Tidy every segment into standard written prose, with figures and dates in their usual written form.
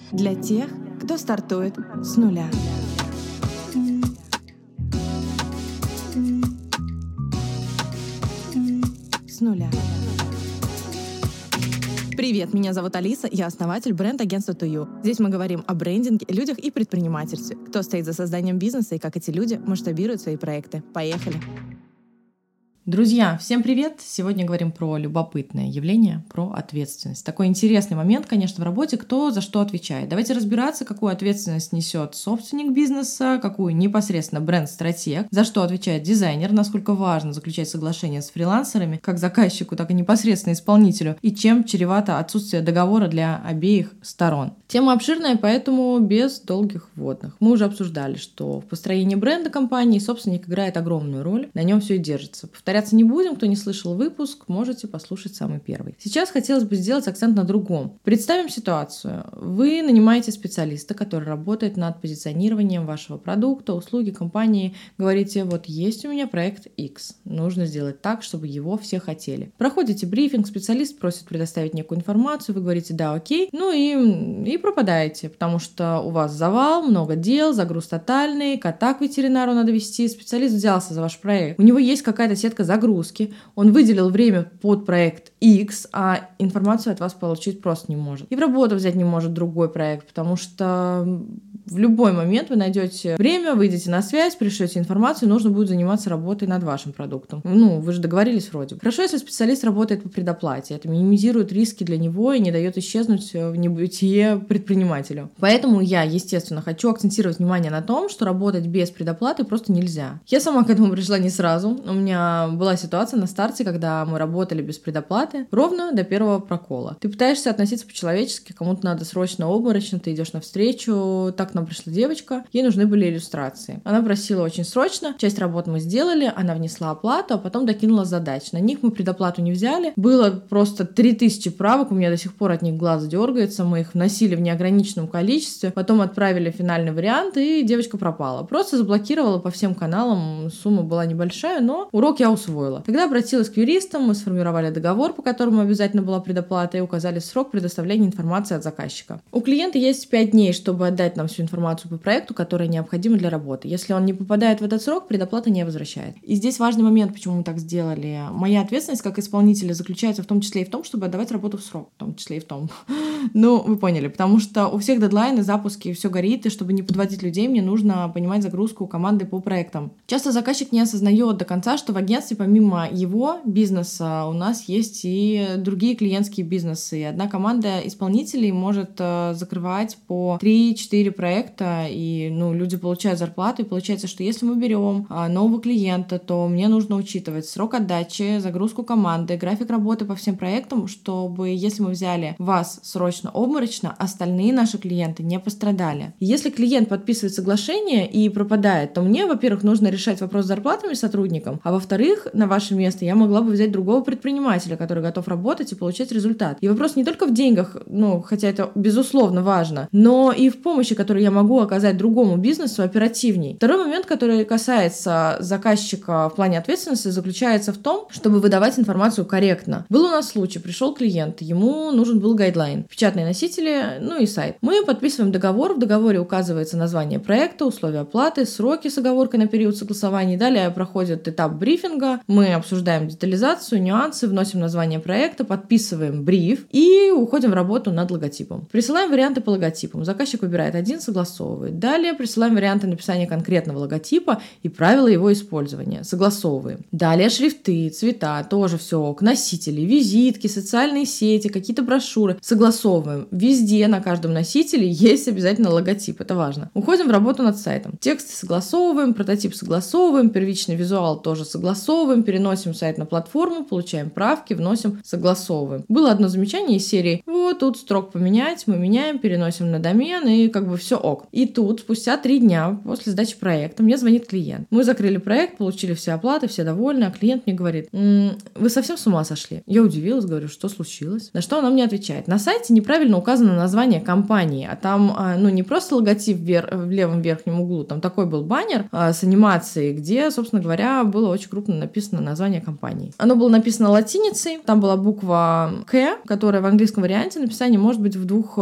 Для тех, кто стартует с нуля. С нуля. Привет, меня зовут Алиса, я основатель бренд-агентства ToYou. Здесь мы говорим о брендинге, людях и предпринимательстве. Кто стоит за созданием бизнеса и как эти люди масштабируют свои проекты. Поехали! Друзья, всем привет! Сегодня говорим про любопытное явление, про ответственность. Такой интересный момент, конечно, в работе, кто за что отвечает. Давайте разбираться, какую ответственность несет собственник бизнеса, какую непосредственно бренд-стратег, за что отвечает дизайнер, насколько важно заключать соглашения с фрилансерами, как заказчику, так и непосредственно исполнителю, и чем чревато отсутствие договора для обеих сторон. Тема обширная, поэтому без долгих вводных. Мы уже обсуждали, что в построении бренда компании собственник играет огромную роль, на нем все и держится. Повторяться не будем, кто не слышал выпуск, можете послушать самый первый. Сейчас хотелось бы сделать акцент на другом. Представим ситуацию. Вы нанимаете специалиста, который работает над позиционированием вашего продукта, услуги, компании. Говорите, вот есть у меня проект X. Нужно сделать так, чтобы его все хотели. Проходите брифинг, специалист просит предоставить некую информацию, вы говорите, да, окей. Ну и пропадаете, потому что у вас завал, много дел, загруз тотальный, кота к ветеринару надо везти, специалист взялся за ваш проект. У него есть какая-то сетка загрузки, он выделил время под проект X, а информацию от вас получить просто не может. И в работу взять не может другой проект, потому что в любой момент вы найдете время, выйдете на связь, пришлете информацию, нужно будет заниматься работой над вашим продуктом. Вы же договорились вроде бы. Хорошо, если специалист работает по предоплате. Это минимизирует риски для него и не дает исчезнуть в небытие предпринимателю. Поэтому я, естественно, хочу акцентировать внимание на том, что работать без предоплаты просто нельзя. Я сама к этому пришла не сразу. У меня была ситуация на старте, когда мы работали без предоплаты ровно до первого прокола. Ты пытаешься относиться по-человечески, кому-то надо срочно, обморочно, ты идешь навстречу. Так нам пришла девочка, ей нужны были иллюстрации. Она просила очень срочно, часть работ мы сделали, она внесла оплату, а потом докинула задач. На них мы предоплату не взяли. Было просто 3000 правок, у меня до сих пор от них глаз дергается, мы их вносили в неограниченном количестве, потом отправили финальный вариант, и девочка пропала. Просто заблокировала по всем каналам, сумма была небольшая, но урок я усвоила. Тогда обратилась к юристам, мы сформировали договор, по которому обязательно была предоплата, и указали срок предоставления информации от заказчика. У клиента есть 5 дней, чтобы отдать нам всю информацию по проекту, которая необходима для работы. Если он не попадает в этот срок, предоплата не возвращает. И здесь важный момент, почему мы так сделали. Моя ответственность как исполнителя заключается в том числе и в том, чтобы отдавать работу в срок. В том числе и в том. Вы поняли. Потому что у всех дедлайны, запуски, все горит, и чтобы не подводить людей, мне нужно понимать загрузку команды по проектам. Часто заказчик не осознает до конца, что в агентстве помимо его бизнеса у нас есть и другие клиентские бизнесы. И одна команда исполнителей может закрывать по 3-4 проекта, и люди получают зарплату, и получается, что если мы берем нового клиента, то мне нужно учитывать срок отдачи, загрузку команды, график работы по всем проектам, чтобы, если мы взяли вас срочно, обморочно, остальные наши клиенты не пострадали. Если клиент подписывает соглашение и пропадает, то мне, во-первых, нужно решать вопрос с зарплатами сотрудникам, а во-вторых, на ваше место я могла бы взять другого предпринимателя, который готов работать и получать результат. И вопрос не только в деньгах, хотя это безусловно важно, но и в помощи, которую я могу оказать другому бизнесу оперативней. Второй момент, который касается заказчика в плане ответственности, заключается в том, чтобы выдавать информацию корректно. Был у нас случай, пришел клиент, ему нужен был гайдлайн, печатные носители, и сайт. Мы подписываем договор, в договоре указывается название проекта, условия оплаты, сроки с оговоркой на период согласования. Далее проходит этап брифинга, мы обсуждаем детализацию, нюансы, вносим название проекта, подписываем бриф и уходим в работу над логотипом. Присылаем варианты по логотипам. Заказчик выбирает один, согласовывает. Далее присылаем варианты написания конкретного логотипа и правила его использования. Согласовываем. Далее шрифты, цвета, тоже все, носители, визитки, социальные сети, какие-то брошюры. Согласовываем. Везде на каждом носителе есть обязательно логотип. Это важно. Уходим в работу над сайтом. Тексты согласовываем, прототип согласовываем, первичный визуал тоже согласовываем, переносим сайт на платформу, получаем правки, вносим, согласовываем. Было одно замечание из серии: вот тут строк поменять, мы меняем, переносим на домен, и все ок. И тут, спустя 3 дня после сдачи проекта, мне звонит клиент. Мы закрыли проект, получили все оплаты, все довольны, а клиент мне говорит: вы совсем с ума сошли? Я удивилась, говорю, что случилось? На что она мне отвечает: на сайте неправильно указано название компании, а там, не просто логотип в левом верхнем углу, там такой был баннер с анимацией, где, собственно говоря, было очень крупно написано название компании. Оно было написано латиницей, там была буква К, которая в английском варианте написания может быть в двух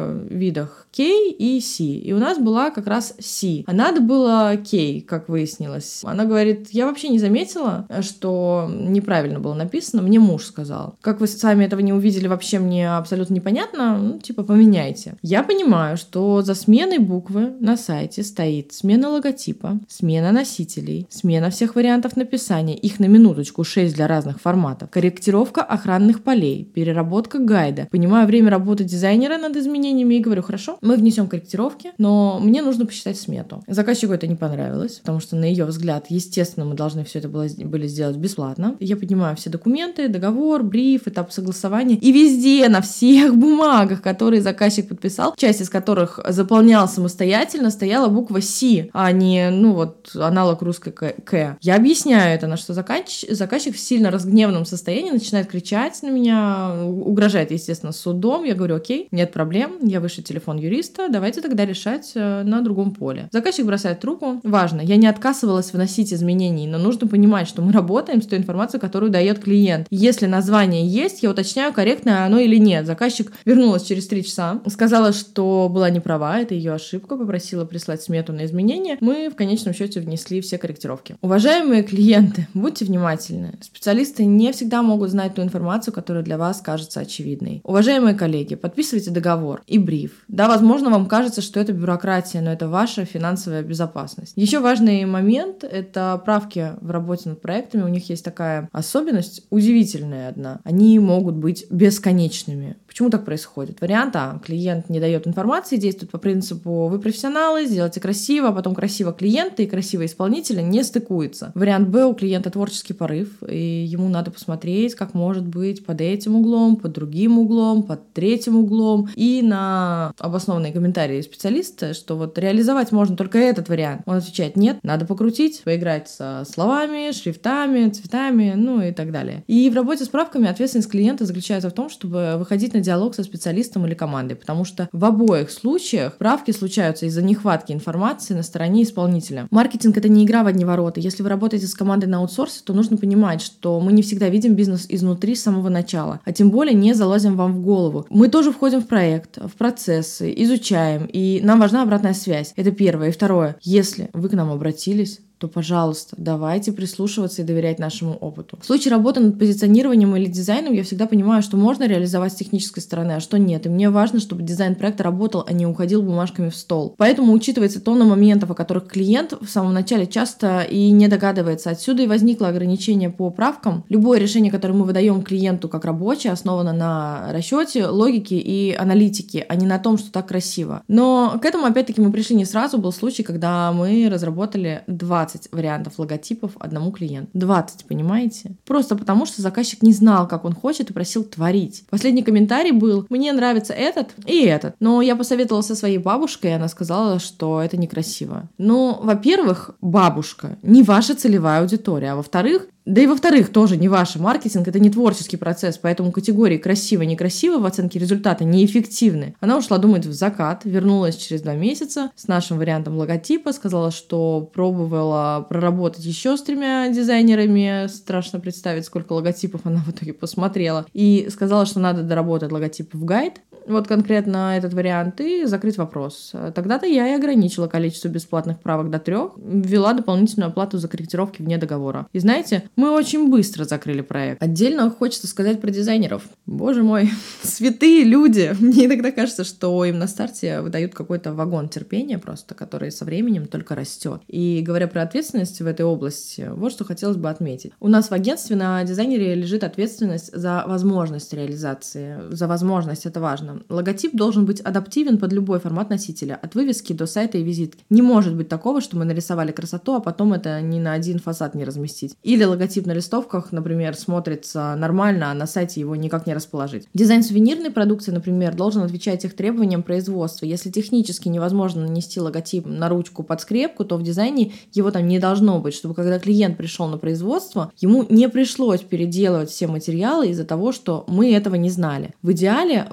видах. K и C. И у нас была как раз C. А надо было K, как выяснилось. Она говорит, я вообще не заметила, что неправильно было написано, мне муж сказал. Как вы сами этого не увидели, вообще мне абсолютно непонятно, поменяйте. Я понимаю, что за сменой буквы на сайте стоит смена логотипа, смена носителей, смена всех вариантов написания, их на минуточку 6 для разных форматов, корректировка охранных полей, переработка гайда. Понимаю время работы дизайнера над изменениями и говорю, хорошо, мы внесем корректировки, но мне нужно посчитать смету. Заказчику это не понравилось, потому что на ее взгляд, естественно, мы должны все это были сделать бесплатно. Я поднимаю все документы, договор, бриф, этап согласования. И везде, на всех бумагах, которые заказчик подписал, часть из которых заполнял самостоятельно, стояла буква С, а не, аналог русской К. Я объясняю это, на что заказчик в сильно разгневанном состоянии начинает кричать на меня, угрожает, естественно, судом. Я говорю, окей, нет проблем, я вышлю телефон юриста, давайте тогда решать на другом поле. Заказчик бросает трубку. Важно, я не отказывалась вносить изменений, но нужно понимать, что мы работаем с той информацией, которую дает клиент. Если название есть, я уточняю, корректно оно или нет. Заказчик вернулась через 3 часа, сказала, что была не права, это ее ошибка, попросила прислать смету на изменения. Мы в конечном счете внесли все корректировки. Уважаемые клиенты, будьте внимательны. Специалисты не всегда могут знать ту информацию, которая для вас кажется очевидной. Уважаемые коллеги, подписывайте договор и бриф. Да, возможно, вам кажется, что это бюрократия, но это ваша финансовая безопасность. Еще важный момент — это правки в работе над проектами. У них есть такая особенность, удивительная одна. Они могут быть бесконечными. Почему так происходит? Вариант А. Клиент не дает информации, действует по принципу «вы профессионалы, сделайте красиво», а потом красиво клиента и красиво исполнителя не стыкуются. Вариант Б. У клиента творческий порыв, и ему надо посмотреть, как может быть под этим углом, под другим углом, под третьим углом, и на обоснованные комментарии специалиста, что реализовать можно только этот вариант. Он отвечает, нет, надо покрутить, поиграть со словами, шрифтами, цветами, и так далее. И в работе с правками ответственность клиента заключается в том, чтобы выходить на диалог со специалистом или командой, потому что в обоих случаях правки случаются из-за нехватки информации на стороне исполнителя. Маркетинг — это не игра в одни ворота. Если вы работаете с командой на аутсорсе, то нужно понимать, что мы не всегда видим бизнес изнутри с самого начала, а тем более не залазим вам в голову. Мы тоже входим в проект, в процессы, изучаем, и нам важна обратная связь. Это первое. И второе. Если вы к нам обратились, то, пожалуйста, давайте прислушиваться и доверять нашему опыту. В случае работы над позиционированием или дизайном я всегда понимаю, что можно реализовать с технической стороны, а что нет. И мне важно, чтобы дизайн проекта работал, а не уходил бумажками в стол. Поэтому учитывается тонна моментов, о которых клиент в самом начале часто и не догадывается. Отсюда и возникло ограничение по правкам. Любое решение, которое мы выдаем клиенту как рабочее, основано на расчете, логике и аналитике, а не на том, что так красиво. Но к этому, опять-таки, мы пришли не сразу. Был случай, когда мы разработали 20 вариантов логотипов одному клиенту. 20, понимаете? Просто потому, что заказчик не знал, как он хочет, и просил творить. Последний комментарий был: мне нравится этот и этот. Но я посоветовала со своей бабушкой, и она сказала, что это некрасиво. Во-первых, бабушка не ваша целевая аудитория, а во-вторых, тоже не ваш маркетинг, это не творческий процесс, поэтому категории красиво-некрасиво в оценке результата неэффективны. Она ушла думать в закат, вернулась через 2 месяца с нашим вариантом логотипа, сказала, что пробовала проработать еще с 3 дизайнерами, страшно представить, сколько логотипов она в итоге посмотрела, и сказала, что надо доработать логотип в гайд, конкретно этот вариант, и закрыть вопрос. Тогда-то я и ограничила количество бесплатных правок до 3, ввела дополнительную оплату за корректировки вне договора. И знаете, мы очень быстро закрыли проект. Отдельно хочется сказать про дизайнеров. Боже мой, святые люди. Мне иногда кажется, что им на старте выдают какой-то вагон терпения просто, который со временем только растет. И говоря про ответственность в этой области, вот что хотелось бы отметить. У нас в агентстве на дизайнере лежит ответственность за возможность реализации. За возможность, это важно. Логотип должен быть адаптивен под любой формат носителя, от вывески до сайта и визитки. Не может быть такого, что мы нарисовали красоту, а потом это ни на один фасад не разместить. Или логотип на листовках, например, смотрится нормально, а на сайте его никак не расположить. Дизайн сувенирной продукции, например, должен отвечать их требованиям производства. Если технически невозможно нанести логотип на ручку под скрепку, то в дизайне его там не должно быть, чтобы когда клиент пришел на производство, ему не пришлось переделывать все материалы из-за того, что мы этого не знали. В идеале вообще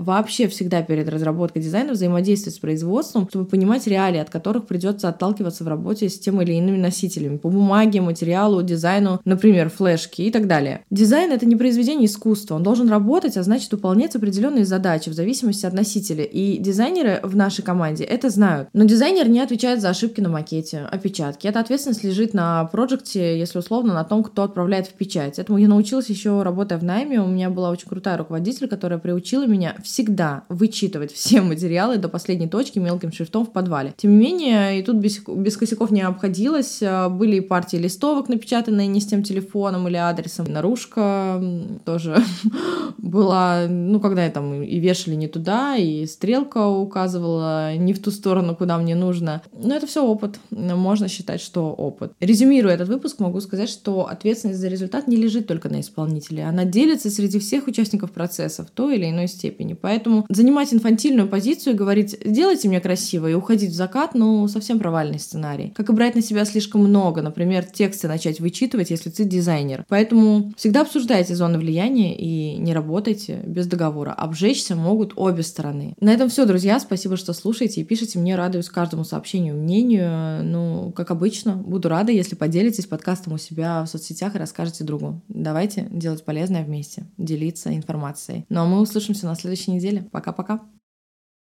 всегда перед разработкой дизайна взаимодействовать с производством, чтобы понимать реалии, от которых придется отталкиваться в работе с тем или иными носителями по бумаге, материалу, дизайну, например, флешки и так далее. Дизайн — это не произведение искусства, он должен работать, а значит выполнять определенные задачи в зависимости от носителя. И дизайнеры в нашей команде это знают. Но дизайнер не отвечает за ошибки на макете, опечатки. Эта ответственность лежит на проекте, если условно, на том, кто отправляет в печать. Этому я научилась еще работая в найме. У меня была очень крутая руководитель, которая приучила меня всегда вычитывать все материалы до последней точки мелким шрифтом в подвале. Тем не менее, и тут без косяков не обходилось. Были и партии листовок, напечатанные не с тем телефоном или адресом. Наружка тоже была, когда я там и вешали не туда, и стрелка указывала не в ту сторону, куда мне нужно. Но это все опыт. Можно считать, что опыт. Резюмируя этот выпуск, могу сказать, что ответственность за результат не лежит только на исполнителе. Она делится среди всех участников процесса в той или иной степени. Поэтому занимать инфантильную позицию и говорить «делайте мне красиво» и уходить в закат, совсем провальный сценарий. Как и брать на себя слишком много, например, тексты начать вычитывать, если ты дизайнер. Поэтому всегда обсуждайте зоны влияния и не работайте без договора. Обжечься могут обе стороны. На этом все, друзья. Спасибо, что слушаете и пишете. Мне радуюсь каждому сообщению, мнению. Как обычно, буду рада, если поделитесь подкастом у себя в соцсетях и расскажете другу. Давайте делать полезное вместе, делиться информацией. Ну а мы услышимся на следующей неделе. Пока-пока.